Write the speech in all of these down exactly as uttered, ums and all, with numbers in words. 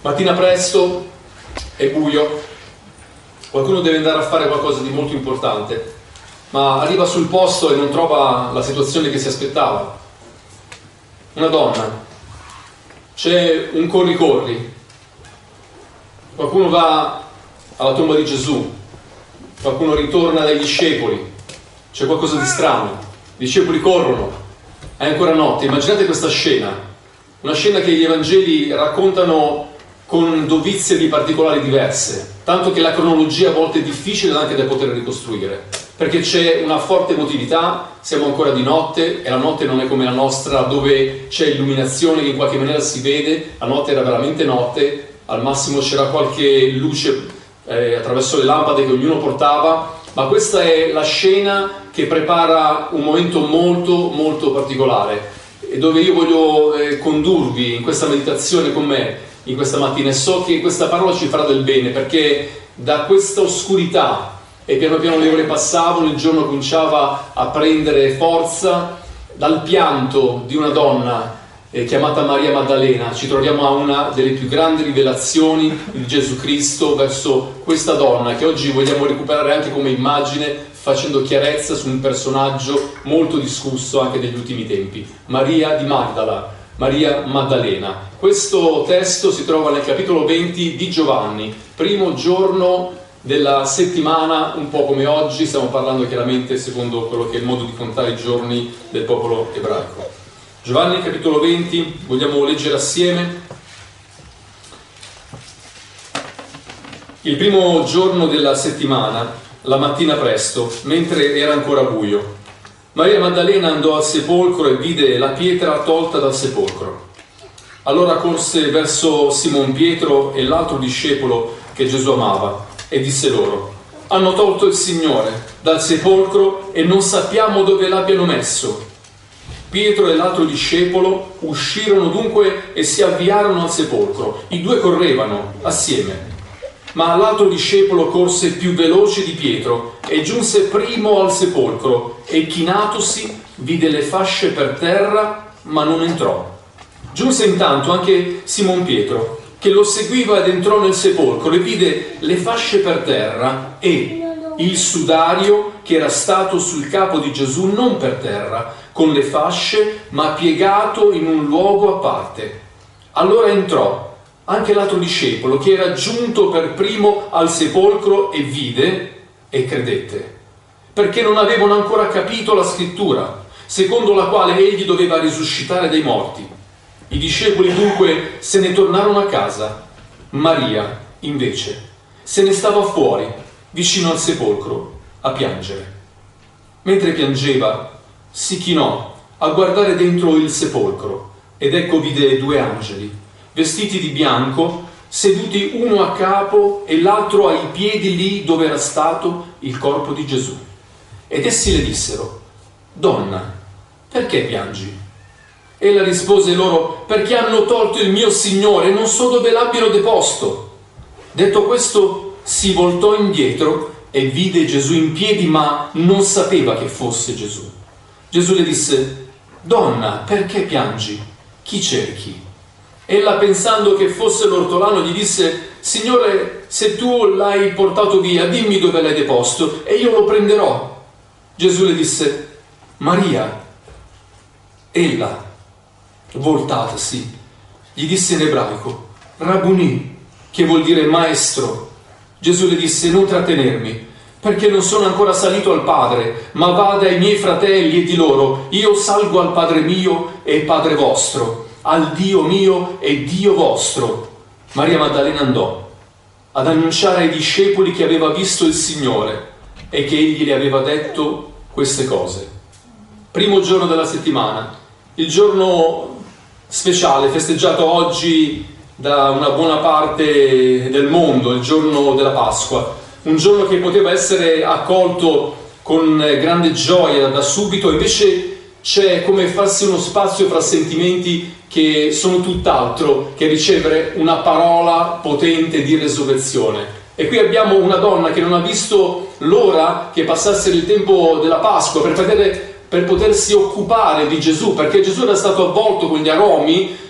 Mattina presto, è buio, qualcuno deve andare a fare qualcosa di molto importante, ma arriva sul posto e non trova la situazione che si aspettava. Una donna, c'è un corri-corri, qualcuno va alla tomba di Gesù, qualcuno ritorna dai discepoli, c'è qualcosa di strano, i discepoli corrono, è ancora notte. Immaginate questa scena, una scena che gli Evangeli raccontano con dovizie di particolari diverse, tanto che la cronologia a volte è difficile anche da poter ricostruire, perché c'è una forte emotività, siamo ancora di notte e la notte non è come la nostra dove c'è illuminazione che in qualche maniera si vede, la notte era veramente notte, al massimo c'era qualche luce eh, attraverso le lampade che ognuno portava, ma questa è la scena che prepara un momento molto molto particolare e dove io voglio eh, condurvi in questa meditazione con me in questa mattina, e so che questa parola ci farà del bene, perché da questa oscurità e piano piano le ore passavano, il giorno cominciava a prendere forza. Dal pianto di una donna eh, chiamata Maria Maddalena ci troviamo a una delle più grandi rivelazioni di Gesù Cristo verso questa donna che oggi vogliamo recuperare anche come immagine, facendo chiarezza su un personaggio molto discusso anche degli ultimi tempi, Maria di Magdala, Maria Maddalena. Questo testo si trova nel capitolo venti di Giovanni, primo giorno della settimana, un po' come oggi, stiamo parlando chiaramente secondo quello che è il modo di contare i giorni del popolo ebraico. Giovanni capitolo venti, vogliamo leggere assieme. Il primo giorno della settimana, la mattina presto, mentre era ancora buio, Maria Maddalena andò al sepolcro e vide la pietra tolta dal sepolcro. Allora corse verso Simon Pietro e l'altro discepolo che Gesù amava e disse loro: hanno tolto il Signore dal sepolcro e non sappiamo dove l'abbiano messo. Pietro e l'altro discepolo uscirono dunque e si avviarono al sepolcro. I due correvano assieme, ma l'altro discepolo corse più veloce di Pietro e giunse primo al sepolcro e chinatosi vide le fasce per terra, ma non entrò. Giunse intanto anche Simon Pietro, che lo seguiva ed entrò nel sepolcro e vide le fasce per terra e il sudario che era stato sul capo di Gesù non per terra, con le fasce, ma piegato in un luogo a parte. Allora entrò anche l'altro discepolo, che era giunto per primo al sepolcro, e vide e credette, perché non avevano ancora capito la scrittura, secondo la quale egli doveva risuscitare dai morti. I discepoli dunque se ne tornarono a casa. Maria, invece, se ne stava fuori, vicino al sepolcro, a piangere. Mentre piangeva, si chinò a guardare dentro il sepolcro, ed ecco vide due angeli, vestiti di bianco, seduti uno a capo e l'altro ai piedi lì dove era stato il corpo di Gesù. Ed essi le dissero: donna, perché piangi? Ella rispose loro: perché hanno tolto il mio Signore e non so dove l'abbiano deposto. Detto questo, si voltò indietro e vide Gesù in piedi, ma non sapeva che fosse Gesù. Gesù le disse: donna, perché piangi? Chi cerchi? Ella, pensando che fosse l'ortolano, gli disse: Signore, se tu l'hai portato via, dimmi dove l'hai deposto e io lo prenderò. Gesù le disse: Maria. Ella, voltatasi, gli disse in ebraico: Rabuni, che vuol dire maestro. Gesù le disse: non trattenermi, perché non sono ancora salito al Padre, ma vada ai miei fratelli e di loro: io salgo al Padre mio e Padre vostro, al Dio mio e Dio vostro. Maria Maddalena andò ad annunciare ai discepoli che aveva visto il Signore e che egli le aveva detto queste cose. Primo giorno della settimana, il giorno speciale festeggiato oggi da una buona parte del mondo, il giorno della Pasqua, un giorno che poteva essere accolto con grande gioia da subito, invece c'è come farsi uno spazio fra sentimenti che sono tutt'altro che ricevere una parola potente di resurrezione. E qui abbiamo una donna che non ha visto l'ora che passasse il tempo della Pasqua per, poter, per potersi occupare di Gesù, perché Gesù era stato avvolto con gli aromi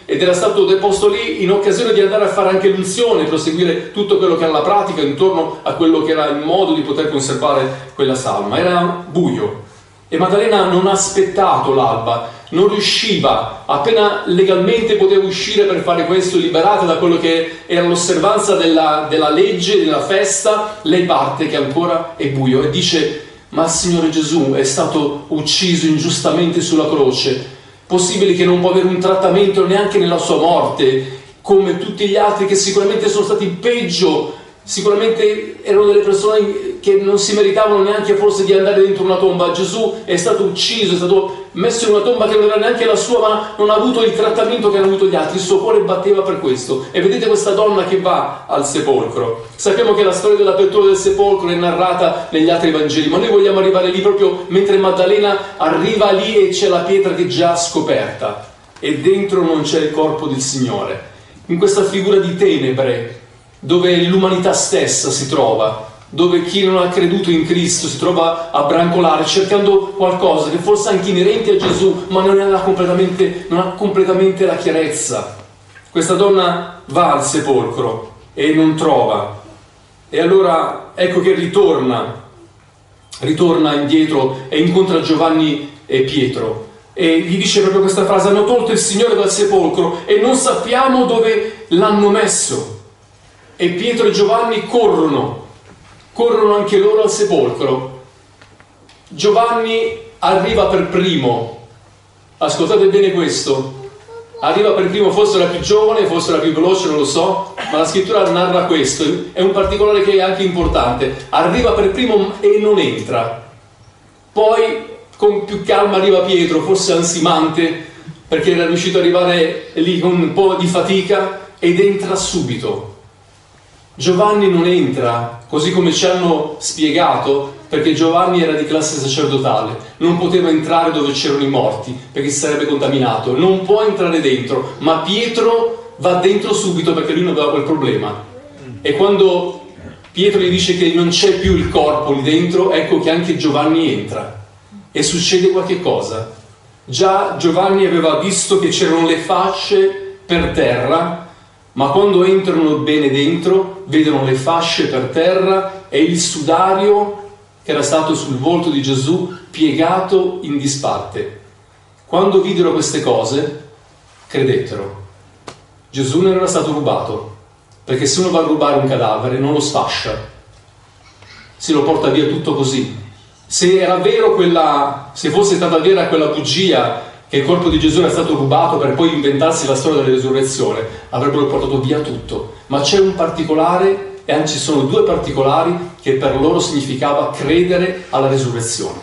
ed era stato deposto lì in occasione di andare a fare anche l'unzione, proseguire tutto quello che era la pratica intorno a quello che era il modo di poter conservare quella salma. Era buio e Maddalena non ha aspettato l'alba, non riusciva, appena legalmente poteva uscire per fare questo, liberata da quello che era l'osservanza della, della legge, della festa, lei parte che ancora è buio e dice: ma il Signore Gesù è stato ucciso ingiustamente sulla croce, possibile che non può avere un trattamento neanche nella sua morte, come tutti gli altri che sicuramente sono stati peggio, sicuramente erano delle persone che non si meritavano neanche forse di andare dentro una tomba. Gesù è stato ucciso, è stato messo in una tomba che non era neanche la sua, ma non ha avuto il trattamento che hanno avuto gli altri. Il suo cuore batteva per questo. E vedete questa donna che va al sepolcro. Sappiamo che la storia dell'apertura del sepolcro è narrata negli altri Vangeli, ma noi vogliamo arrivare lì proprio mentre Maddalena arriva lì e c'è la pietra che è già scoperta e dentro non c'è il corpo del Signore. In questa figura di tenebre, dove l'umanità stessa si trova, dove chi non ha creduto in Cristo si trova a brancolare cercando qualcosa che forse è anche inerente a Gesù, ma non ha completamente, non ha completamente la chiarezza. Questa donna va al sepolcro e non trova, e allora ecco che ritorna ritorna indietro e incontra Giovanni e Pietro e gli dice proprio questa frase: hanno tolto il Signore dal sepolcro e non sappiamo dove l'hanno messo. E Pietro e Giovanni corrono corrono anche loro al sepolcro. Giovanni arriva per primo, ascoltate bene questo, arriva per primo, forse era più giovane, forse era più veloce, non lo so, ma la scrittura narra questo, è un particolare che è anche importante. Arriva per primo e non entra, poi con più calma arriva Pietro, forse ansimante perché era riuscito ad arrivare lì con un po' di fatica, ed entra subito. Giovanni non entra, così come ci hanno spiegato, perché Giovanni era di classe sacerdotale, non poteva entrare dove c'erano i morti perché si sarebbe contaminato, non può entrare dentro, ma Pietro va dentro subito perché lui non aveva quel problema. E quando Pietro gli dice che non c'è più il corpo lì dentro, ecco che anche Giovanni entra e succede qualche cosa. Già Giovanni aveva visto che c'erano le fasce per terra, ma quando entrano bene dentro vedono le fasce per terra e il sudario che era stato sul volto di Gesù piegato in disparte. Quando videro queste cose credettero. Gesù non era stato rubato, perché se uno va a rubare un cadavere non lo sfascia, se lo porta via tutto così. Se era vero quella, se fosse stata vera quella bugia che il corpo di Gesù era stato rubato per poi inventarsi la storia della resurrezione, avrebbero portato via tutto. Ma c'è un particolare, e anzi sono due particolari, che per loro significava credere alla resurrezione.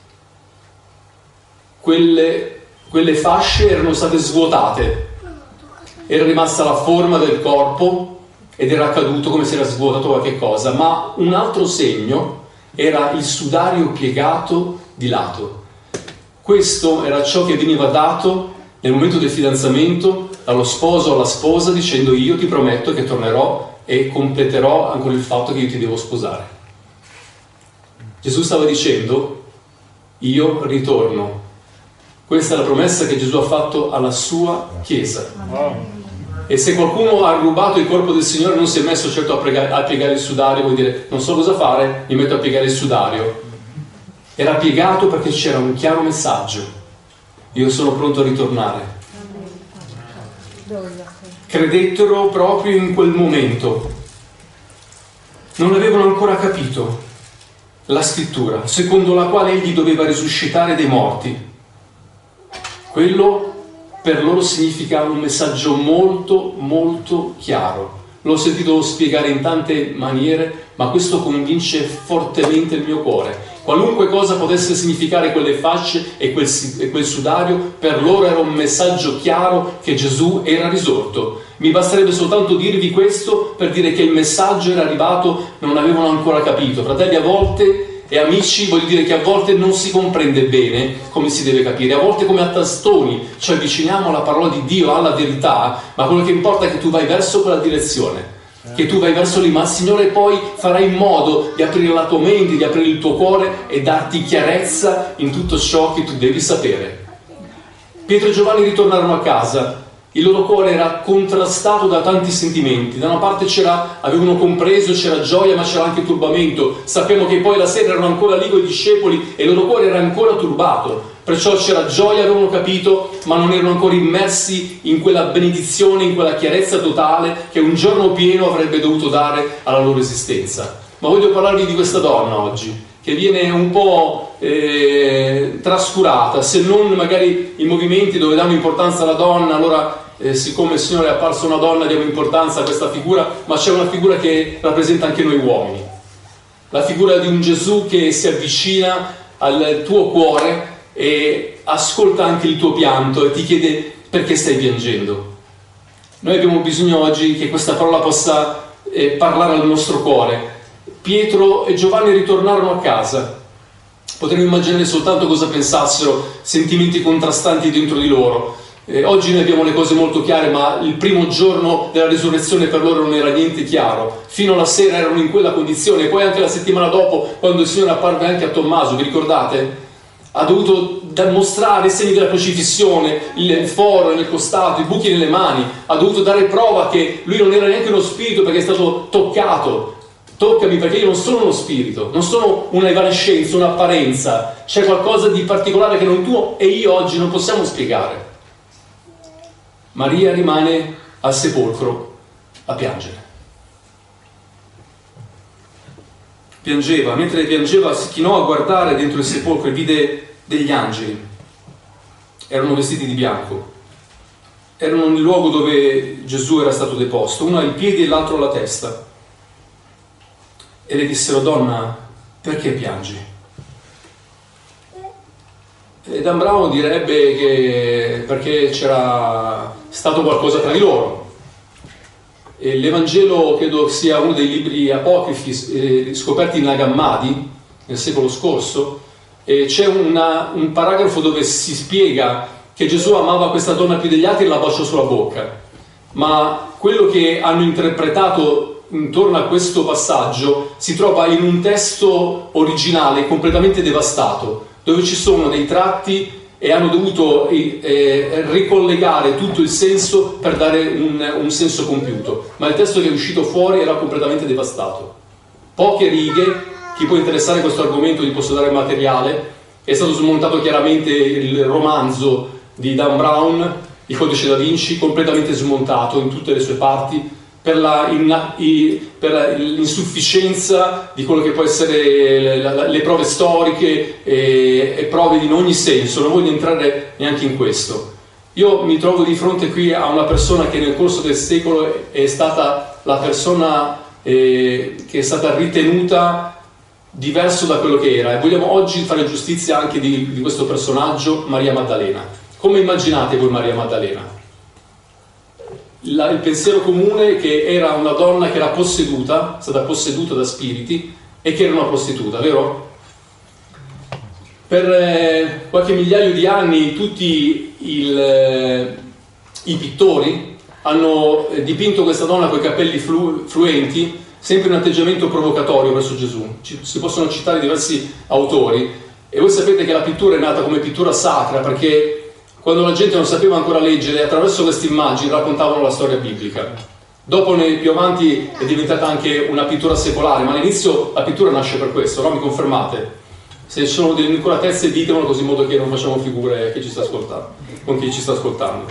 Quelle, quelle fasce erano state svuotate, era rimasta la forma del corpo ed era accaduto come se era svuotato qualche cosa, ma un altro segno era il sudario piegato di lato. Questo era ciò che veniva dato nel momento del fidanzamento dallo sposo alla sposa, dicendo: io ti prometto che tornerò e completerò ancora il fatto che io ti devo sposare. Gesù stava dicendo: io ritorno. Questa è la promessa che Gesù ha fatto alla sua Chiesa. E se qualcuno ha rubato il corpo del Signore, non si è messo certo a, pregare, a piegare il sudario, vuol dire: non so cosa fare, mi metto a piegare il sudario. Era piegato perché c'era un chiaro messaggio: io sono pronto a ritornare. Credettero proprio in quel momento. Non avevano ancora capito la scrittura secondo la quale egli doveva risuscitare dei morti. Quello per loro significa un messaggio molto molto chiaro. L'ho sentito spiegare in tante maniere, ma questo convince fortemente il mio cuore. Qualunque cosa potesse significare quelle fasce e quel, e quel sudario, per loro era un messaggio chiaro che Gesù era risorto. Mi basterebbe soltanto dirvi questo per dire che il messaggio era arrivato, non avevano ancora capito. Fratelli, a volte, e amici, voglio dire che a volte non si comprende bene come si deve capire. A volte come a tastoni ci avviciniamo alla parola di Dio, alla verità, ma quello che importa è che tu vai verso quella direzione. Che tu vai verso lì, ma il Signore poi farà in modo di aprire la tua mente, di aprire il tuo cuore e darti chiarezza in tutto ciò che tu devi sapere. Pietro e Giovanni ritornarono a casa Il loro cuore era contrastato da tanti sentimenti. Da una parte c'era, avevano compreso, c'era gioia, ma c'era anche turbamento. Sappiamo che poi la sera erano ancora lì con i discepoli e il loro cuore era ancora turbato. Perciò c'era gioia, avevano capito, ma non erano ancora immersi in quella benedizione, in quella chiarezza totale che un giorno pieno avrebbe dovuto dare alla loro esistenza. Ma voglio parlarvi di questa donna oggi, che viene un po' eh, trascurata, se non magari i movimenti dove danno importanza alla donna. Allora eh, siccome il Signore è apparso una donna diamo importanza a questa figura, ma c'è una figura che rappresenta anche noi uomini, la figura di un Gesù che si avvicina al tuo cuore e ascolta anche il tuo pianto e ti chiede perché stai piangendo. Noi abbiamo bisogno oggi che questa parola possa eh, parlare al nostro cuore. Pietro e Giovanni ritornarono a casa. Potremmo immaginare soltanto cosa pensassero, sentimenti contrastanti dentro di loro. Eh, oggi noi abbiamo le cose molto chiare, ma il primo giorno della risurrezione per loro non era niente chiaro. Fino alla sera erano in quella condizione. E poi anche la settimana dopo, quando il Signore apparve anche a Tommaso, vi ricordate? Ha dovuto mostrare i segni della crocifissione, il foro nel costato, i buchi nelle mani. Ha dovuto dare prova che lui non era neanche uno spirito perché è stato toccato. Toccami perché io non sono uno spirito, non sono un'evanescenza, un'apparenza. C'è qualcosa di particolare che non tu e io oggi non possiamo spiegare. Maria rimane al sepolcro a piangere. Piangeva, mentre piangeva si chinò a guardare dentro il sepolcro e vide degli angeli. Erano vestiti di bianco. Erano nel luogo dove Gesù era stato deposto, uno ai piedi e l'altro alla testa. E le dissero: donna, perché piangi? E Dan Brown direbbe che perché c'era stato qualcosa tra di loro. E l'Evangelo credo sia uno dei libri apocrifi eh, scoperti in Nag Hammadi nel secolo scorso, e c'è una, un paragrafo dove si spiega che Gesù amava questa donna più degli altri e la baciò sulla bocca. Ma quello che hanno interpretato intorno a questo passaggio si trova in un testo originale completamente devastato, dove ci sono dei tratti e hanno dovuto eh, ricollegare tutto il senso per dare un, un senso compiuto, ma il testo che è uscito fuori era completamente devastato. Poche righe. Chi può interessare questo argomento vi posso dare materiale. È stato smontato chiaramente il romanzo di Dan Brown, Il Codice da Vinci, completamente smontato in tutte le sue parti per, la, in, i, per la, l'insufficienza di quello che può essere le, le prove storiche e, e prove in ogni senso. Non voglio entrare neanche in questo. Io mi trovo di fronte qui a una persona che nel corso del secolo è stata la persona eh, che è stata ritenuta diverso da quello che era, e vogliamo oggi fare giustizia anche di, di questo personaggio, Maria Maddalena. Come immaginate voi Maria Maddalena? La, il pensiero comune è che era una donna che era posseduta, stata posseduta da spiriti e che era una prostituta, vero? Per eh, qualche migliaio di anni tutti il, eh, i pittori hanno dipinto questa donna con i capelli flu, fluenti, sempre in un atteggiamento provocatorio verso Gesù. Ci, si possono citare diversi autori, e voi sapete che la pittura è nata come pittura sacra perché quando la gente non sapeva ancora leggere, attraverso queste immagini raccontavano la storia biblica. Dopo, più avanti, è diventata anche una pittura secolare, ma all'inizio la pittura nasce per questo, no? Mi confermate? Se ci sono delle incuratezze ditemelo, così in modo che non facciamo figure chi ci sta ascoltando, con chi ci sta ascoltando.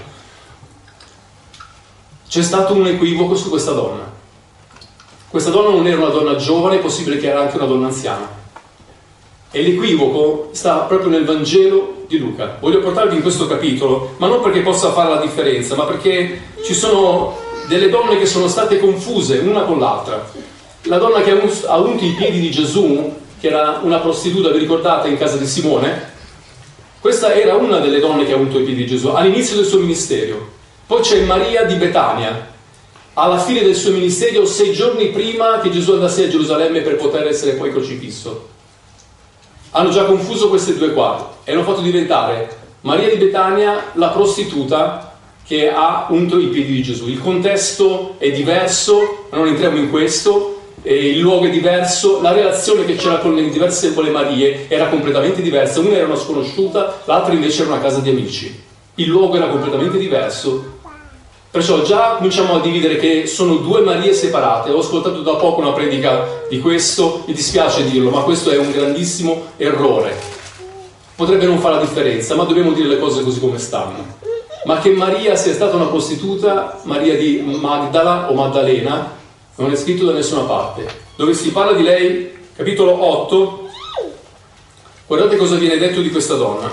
C'è stato un equivoco su questa donna. Questa donna non era una donna giovane, è possibile che era anche una donna anziana. E l'equivoco sta proprio nel Vangelo di Luca. Voglio portarvi in questo capitolo, ma non perché possa fare la differenza, ma perché ci sono delle donne che sono state confuse una con l'altra. La donna che ha unto i piedi di Gesù, che era una prostituta, vi ricordate, in casa di Simone? Questa era una delle donne che ha unto i piedi di Gesù all'inizio del suo ministero. Poi c'è Maria di Betania, alla fine del suo ministero, sei giorni prima che Gesù andasse a Gerusalemme per poter essere poi crocifisso. Hanno già confuso queste due qua e hanno fatto diventare Maria di Betania la prostituta che ha unto i piedi di Gesù. Il contesto è diverso, non entriamo in questo, e il luogo è diverso, la relazione che c'era con le diverse con le Marie era completamente diversa. Una era una sconosciuta, l'altra invece era una casa di amici. Il luogo era completamente diverso Perciò già cominciamo a dividere che sono due Marie separate. Ho ascoltato da poco una predica di questo, mi dispiace dirlo, ma questo è un grandissimo errore. Potrebbe non fare la differenza, ma dobbiamo dire le cose così come stanno. Ma che Maria sia stata una prostituta, Maria di Magdala o Maddalena, non è scritto da nessuna parte. Dove si parla di lei, capitolo otto, guardate cosa viene detto di questa donna.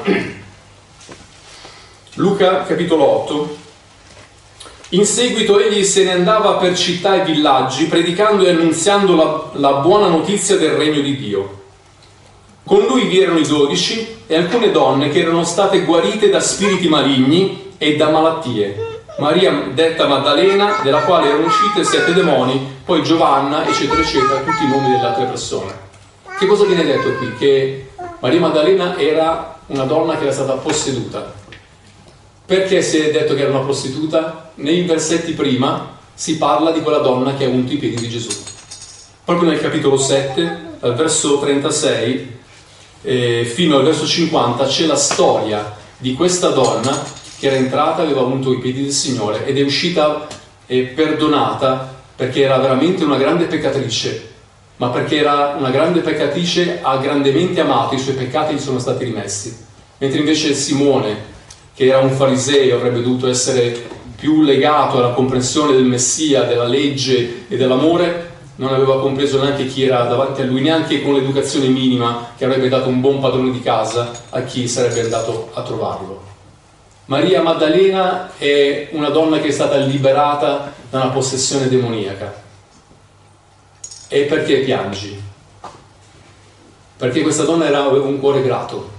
Luca, capitolo otto. In seguito egli se ne andava per città e villaggi, predicando e annunziando la, la buona notizia del regno di Dio. Con lui vi erano i dodici e alcune donne che erano state guarite da spiriti maligni e da malattie. Maria detta Maddalena, della quale erano uscite sette demoni, poi Giovanna, eccetera, eccetera, tutti i nomi delle altre persone. Che cosa viene detto qui? Che Maria Maddalena era una donna che era stata posseduta. Perché si è detto che era una prostituta? Nei versetti prima si parla di quella donna che ha unto i piedi di Gesù. Proprio nel capitolo sette, dal verso trentasei eh, fino al verso cinquanta, c'è la storia di questa donna che era entrata, aveva unto i piedi del Signore ed è uscita eh, perdonata perché era veramente una grande peccatrice, ma perché era una grande peccatrice, ha grandemente amato, i suoi peccati gli sono stati rimessi. Mentre invece Simone, che era un fariseo, avrebbe dovuto essere più legato alla comprensione del Messia, della legge e dell'amore, non aveva compreso neanche chi era davanti a lui, neanche con l'educazione minima che avrebbe dato un buon padrone di casa a chi sarebbe andato a trovarlo. Maria Maddalena è una donna che è stata liberata da una possessione demoniaca. E perché piangi? Perché questa donna era, aveva un cuore grato.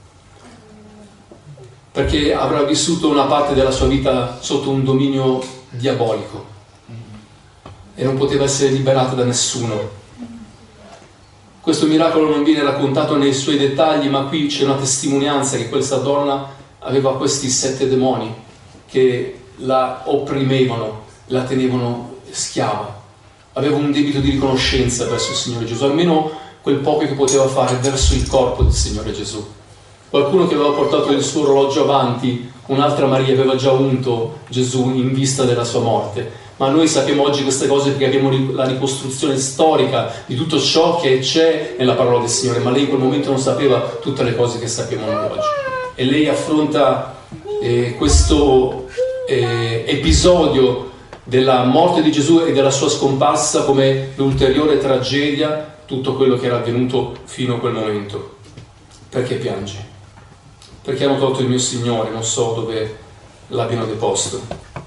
Perché avrà vissuto una parte della sua vita sotto un dominio diabolico e non poteva essere liberata da nessuno. Questo miracolo non viene raccontato nei suoi dettagli, ma qui c'è una testimonianza che questa donna aveva questi sette demoni che la opprimevano, la tenevano schiava. Aveva un debito di riconoscenza verso il Signore Gesù, almeno quel poco che poteva fare verso il corpo del Signore Gesù. Qualcuno che aveva portato il suo orologio avanti, un'altra Maria aveva già unto Gesù in vista della sua morte. Ma noi sappiamo oggi queste cose perché abbiamo la ricostruzione storica di tutto ciò che c'è nella parola del Signore, ma lei in quel momento non sapeva tutte le cose che sappiamo noi oggi. E lei affronta eh, questo eh, episodio della morte di Gesù e della sua scomparsa come l'ulteriore tragedia, tutto quello che era avvenuto fino a quel momento. Perché piangi? Perché hanno tolto il mio Signore, non so dove l'abbiano deposto.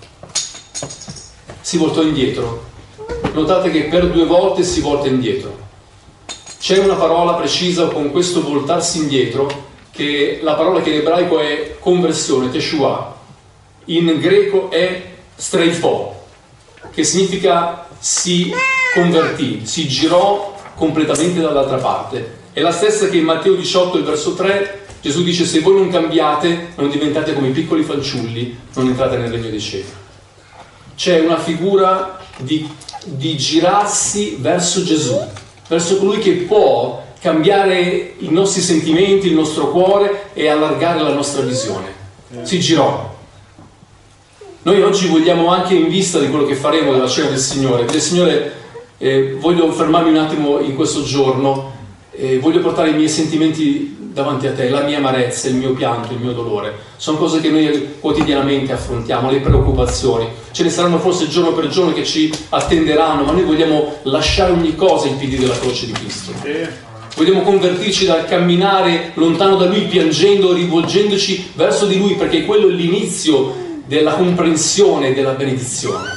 Si voltò indietro. Notate che per due volte si volta indietro. C'è una parola precisa con questo voltarsi indietro, che la parola che in ebraico è conversione, teshua, in greco è streifò, che significa si convertì, si girò completamente dall'altra parte. È la stessa che in Matteo diciotto, il verso tre, Gesù dice: se voi non cambiate, non diventate come i piccoli fanciulli, non entrate nel regno dei cieli. C'è una figura di, di girarsi verso Gesù, verso colui che può cambiare i nostri sentimenti, il nostro cuore e allargare la nostra visione. Si girò. Noi oggi vogliamo, anche in vista di quello che faremo della cena del Signore, del Signore, eh, voglio fermarmi un attimo in questo giorno, eh, voglio portare i miei sentimenti davanti a te, la mia amarezza, il mio pianto, il mio dolore. Sono cose che noi quotidianamente affrontiamo, le preoccupazioni. Ce ne saranno forse giorno per giorno che ci attenderanno, ma noi vogliamo lasciare ogni cosa ai piedi della croce di Cristo. Vogliamo convertirci dal camminare lontano da Lui, piangendo, rivolgendoci verso di Lui, perché quello è l'inizio della comprensione e della benedizione.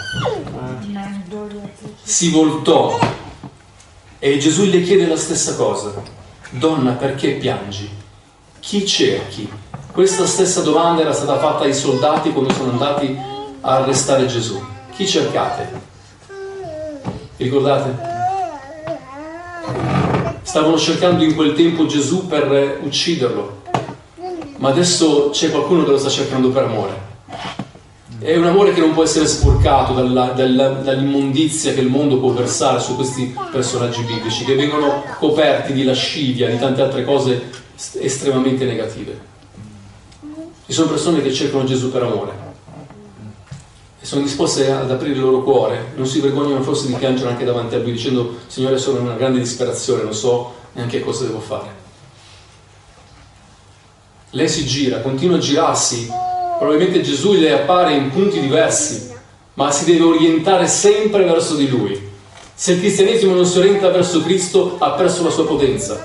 Si voltò e Gesù le chiede la stessa cosa. Donna, perché piangi? Chi cerchi? Questa stessa domanda era stata fatta ai soldati quando sono andati a arrestare Gesù. Chi cercate? Vi ricordate? Stavano cercando in quel tempo Gesù per ucciderlo, ma adesso c'è qualcuno che lo sta cercando per amore. È un amore che non può essere sporcato dalla, dalla, dall'immondizia che il mondo può versare su questi personaggi biblici, che vengono coperti di lascivia, di tante altre cose estremamente negative. Ci sono persone che cercano Gesù per amore. e sono disposte ad aprire il loro cuore, non si vergognano forse di piangere anche davanti a Lui dicendo: Signore, sono in una grande disperazione, non so neanche cosa devo fare. Lei si gira, continua a girarsi, probabilmente Gesù le appare in punti diversi, ma si deve orientare sempre verso di Lui. Se il cristianesimo non si orienta verso Cristo, ha perso la sua potenza.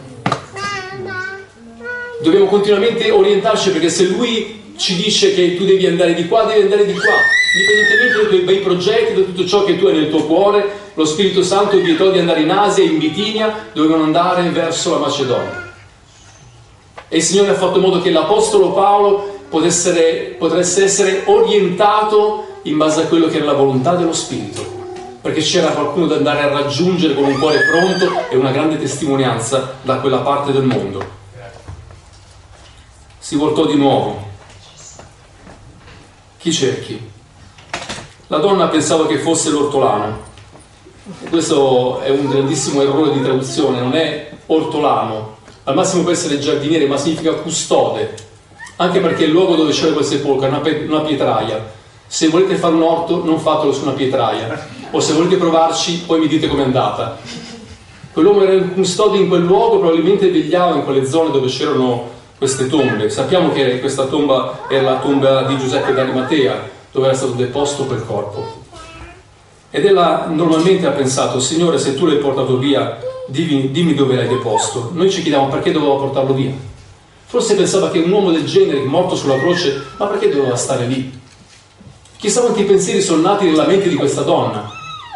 Dobbiamo continuamente orientarci, perché se Lui ci dice che tu devi andare di qua, devi andare di qua, indipendentemente dai tuoi bei progetti, da tutto ciò che tu hai nel tuo cuore. Lo Spirito Santo vietò di andare in Asia e in Bitinia, dovevano andare verso la Macedonia. E il Signore ha fatto in modo che l'Apostolo Paolo potesse, potesse essere orientato in base a quello che era la volontà dello Spirito, perché c'era qualcuno da andare a raggiungere con un cuore pronto e una grande testimonianza da quella parte del mondo. Si voltò di nuovo. Chi cerchi? La donna pensava che fosse l'ortolano. E questo è un grandissimo errore di traduzione, non è ortolano. Al massimo può essere giardiniere, ma significa custode, anche perché il luogo dove c'era quel sepolcro è una, pe- una pietraia. Se volete fare un orto, non fatelo su una pietraia, o se volete provarci, poi mi dite com'è andata. Quell'uomo era il custode in quel luogo, probabilmente vegliava in quelle zone dove c'erano queste tombe. Sappiamo che questa tomba era la tomba di Giuseppe d'Arimatea, dove era stato deposto quel corpo. Ed ella normalmente ha pensato: Signore, se tu l'hai portato via, dimmi, dimmi dove l'hai deposto. Noi ci chiediamo perché doveva portarlo via. Forse pensava che un uomo del genere, morto sulla croce, ma perché doveva stare lì? Chissà quanti pensieri sono nati nella mente di questa donna.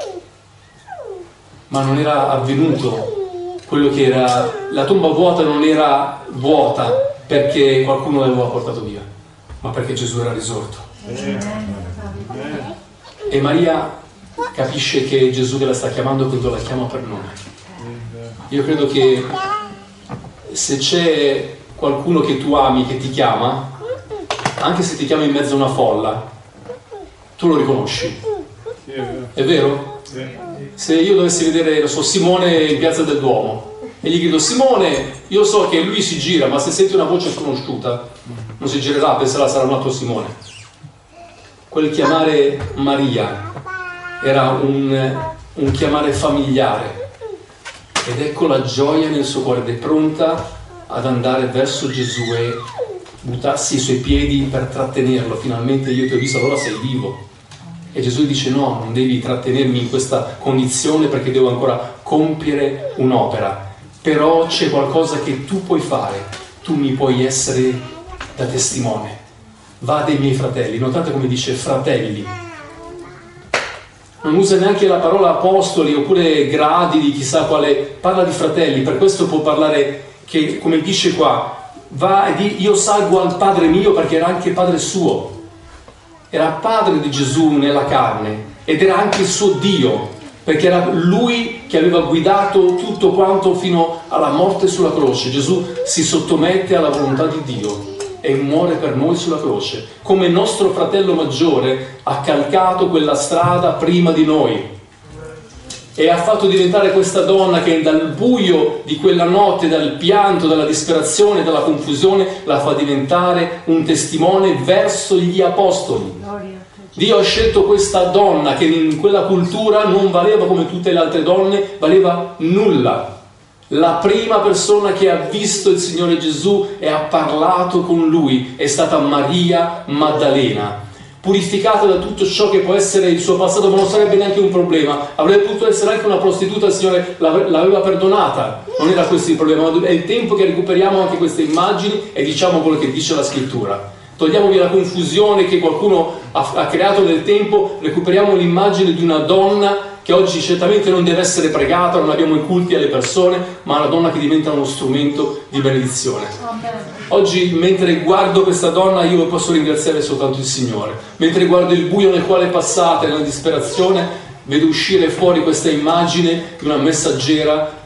Ma non era avvenuto quello che era. La tomba vuota non era vuota perché qualcuno l'aveva portato via, ma perché Gesù era risorto. E Maria capisce che Gesù che la sta chiamando quando la chiama per nome. Io credo che se c'è qualcuno che tu ami, che ti chiama, anche se ti chiama in mezzo a una folla, tu lo riconosci. È vero? Se io dovessi vedere, lo so, Simone in Piazza del Duomo e gli grido: Simone, io so che lui si gira, ma se senti una voce sconosciuta non si girerà, penserà sarà un altro Simone. Quel chiamare Maria era un, un chiamare familiare, ed ecco la gioia nel suo cuore, ed è pronta ad andare verso Gesù e buttarsi ai suoi piedi per trattenerlo. Finalmente io ti ho visto, allora sei vivo. E Gesù dice: no, non devi trattenermi in questa condizione, perché devo ancora compiere un'opera. Però c'è qualcosa che tu puoi fare, tu mi puoi essere da testimone. Va dei miei fratelli. Notate come dice fratelli. Non usa neanche la parola apostoli oppure gradi di chissà quale, parla di fratelli. Per questo può parlare che, come dice qua, va e di io salgo al Padre mio, perché era anche Padre suo. Era padre di Gesù nella carne ed era anche il suo Dio, perché era lui che aveva guidato tutto quanto fino alla morte sulla croce. Gesù si sottomette alla volontà di Dio e muore per noi sulla croce, come nostro fratello maggiore ha calcato quella strada prima di noi e ha fatto diventare questa donna che dal buio di quella notte, dal pianto, dalla disperazione, dalla confusione, la fa diventare un testimone verso gli apostoli. Dio ha scelto questa donna che in quella cultura non valeva come tutte le altre donne, valeva nulla. La prima persona che ha visto il Signore Gesù e ha parlato con Lui è stata Maria Maddalena, purificata da tutto ciò che può essere il suo passato, ma non sarebbe neanche un problema. Avrebbe potuto essere anche una prostituta, il Signore l'aveva perdonata, non era questo il problema. È il tempo che recuperiamo anche queste immagini e diciamo quello che dice la Scrittura. Togliamo via la confusione che qualcuno ha, ha creato nel tempo, recuperiamo l'immagine di una donna che oggi certamente non deve essere pregata, non abbiamo i culti alle persone, ma una donna che diventa uno strumento di benedizione. Oggi, mentre guardo questa donna, io posso ringraziare soltanto il Signore. Mentre guardo il buio nel quale passate, nella disperazione, vedo uscire fuori questa immagine di una messaggera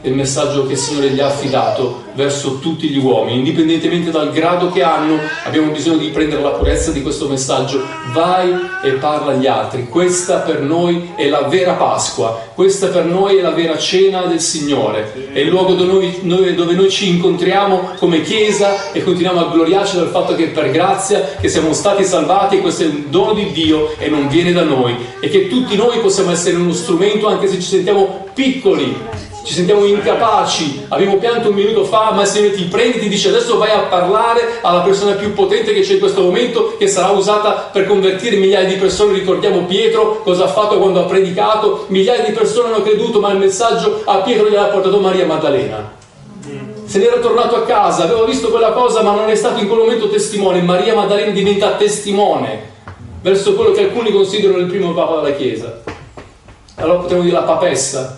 del messaggio che il Signore gli ha affidato verso tutti gli uomini, indipendentemente dal grado che hanno. Abbiamo bisogno di prendere la purezza di questo messaggio. Vai e parla agli altri. Questa per noi è la vera Pasqua, questa per noi è la vera cena del Signore, è il luogo dove noi, noi, dove noi ci incontriamo come Chiesa e continuiamo a gloriarci del fatto che per grazia che siamo stati salvati, e questo è un dono di Dio e non viene da noi, e che tutti noi possiamo essere uno strumento anche se ci sentiamo piccoli, ci sentiamo incapaci. Abbiamo pianto un minuto fa, ma il Signore ti prende e ti dice: adesso vai a parlare alla persona più potente che c'è in questo momento, che sarà usata per convertire migliaia di persone. Ricordiamo Pietro, cosa ha fatto quando ha predicato. Migliaia di persone hanno creduto, ma il messaggio a Pietro gliel'ha portato Maria Maddalena. Se n'era tornato a casa, aveva visto quella cosa, ma non è stato in quel momento testimone. Maria Maddalena diventa testimone verso quello che alcuni considerano il primo papa della Chiesa. Allora potremmo dire la papessa,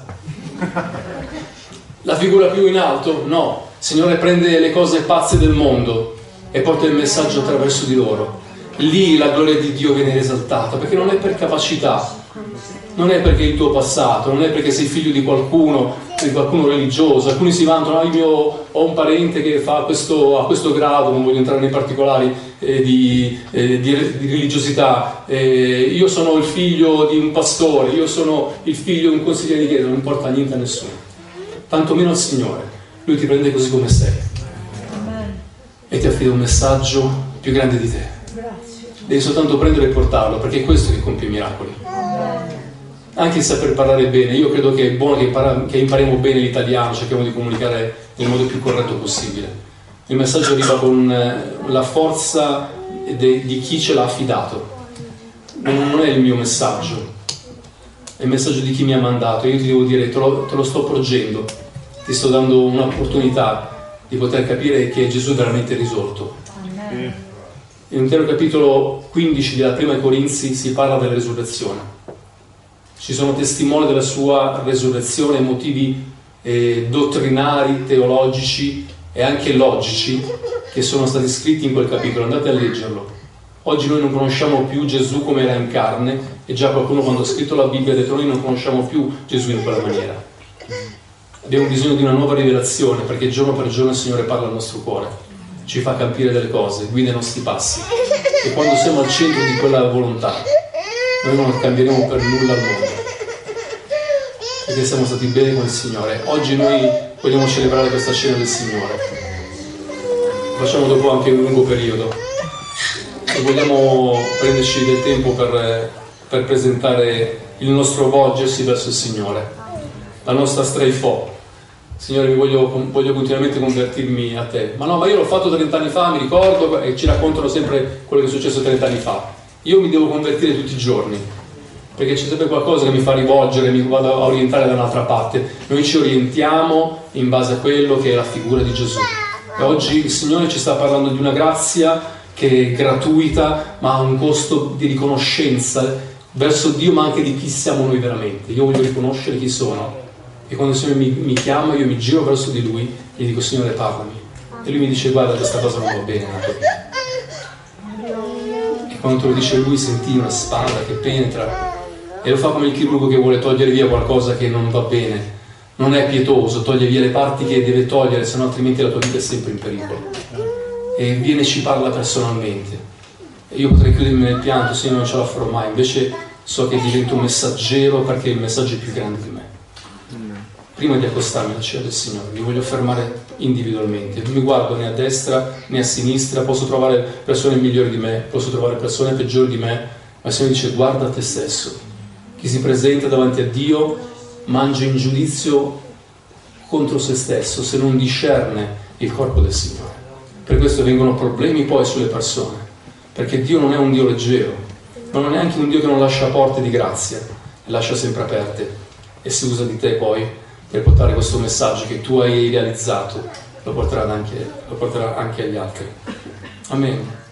la figura più in alto? No. Il Signore prende le cose pazze del mondo e porta il messaggio attraverso di loro. Lì la gloria di Dio viene esaltata, perché non è per capacità, non è perché è il tuo passato, non è perché sei figlio di qualcuno, di qualcuno religioso. Alcuni si vantano: ah, io ho un parente che fa questo, a questo grado, non voglio entrare nei particolari eh, di, eh, di, di religiosità, eh, io sono il figlio di un pastore, io sono il figlio di un consigliere di chiesa. Non importa niente a nessuno, tantomeno al Signore. Lui ti prende così come sei e ti affida un messaggio più grande di te. Devi soltanto prendere e portarlo, perché è questo che compie i miracoli. Anche il saper parlare bene. Io credo che è buono che, impara, che impariamo bene l'italiano, cerchiamo di comunicare nel modo più corretto possibile. Il messaggio arriva con eh, la forza de, di chi ce l'ha affidato. Non, non è il mio messaggio, è il messaggio di chi mi ha mandato. Io ti devo dire: te lo, te lo sto porgendo, ti sto dando un'opportunità di poter capire che Gesù è veramente risorto. Amen. Nell'intero capitolo quindici della prima Corinzi si parla della resurrezione. Ci sono testimoni della sua resurrezione, motivi eh, dottrinari, teologici e anche logici che sono stati scritti in quel capitolo. Andate a leggerlo. Oggi noi non conosciamo più Gesù come era in carne, e già qualcuno, quando ha scritto la Bibbia, ha detto: noi non conosciamo più Gesù in quella maniera. Abbiamo bisogno di una nuova rivelazione, perché giorno per giorno il Signore parla al nostro cuore, ci fa capire delle cose, guida i nostri passi, e quando siamo al centro di quella volontà noi non cambieremo per nulla al mondo, perché siamo stati bene con il Signore. Oggi noi vogliamo celebrare questa cena del Signore, lo facciamo dopo anche un lungo periodo, e vogliamo prenderci del tempo per, per presentare il nostro volgersi verso il Signore, la nostra straifò. Signore, mi voglio, voglio continuamente convertirmi a te. Ma no, ma io l'ho fatto trent'anni fa, mi ricordo, e ci raccontano sempre quello che è successo trent'anni fa. Io mi devo convertire tutti i giorni, perché c'è sempre qualcosa che mi fa rivolgere, mi vado a orientare da un'altra parte. Noi ci orientiamo in base a quello che è la figura di Gesù. E oggi il Signore ci sta parlando di una grazia che è gratuita, ma ha un costo di riconoscenza verso Dio, ma anche di chi siamo noi veramente. Io voglio riconoscere chi sono. E quando il Signore mi, mi chiama, io mi giro verso di Lui e gli dico: Signore, parlami. E Lui mi dice: guarda, questa cosa non va bene nella tua vita. E quando te lo dice Lui, senti una spada che penetra, e lo fa come il chirurgo che vuole togliere via qualcosa che non va bene. Non è pietoso, toglie via le parti che deve togliere, se no altrimenti la tua vita è sempre in pericolo. E viene e ci parla personalmente. E io potrei chiudermi nel pianto: Signore, non ce la farò mai. Invece so che divento un messaggero, perché il messaggio è più grande di me. Prima di accostarmi alla cena del Signore mi voglio fermare individualmente, non mi guardo né a destra né a sinistra. Posso trovare persone migliori di me, posso trovare persone peggiori di me, ma il Signore dice: guarda te stesso. Chi si presenta davanti a Dio mangia in giudizio contro se stesso, se non discerne il corpo del Signore. Per questo vengono problemi poi sulle persone, perché Dio non è un Dio leggero, ma non è neanche un Dio che non lascia porte di grazia, le lascia sempre aperte, e si usa di te poi per portare questo messaggio che tu hai realizzato, lo porterà anche, lo porterà anche agli altri. Amen.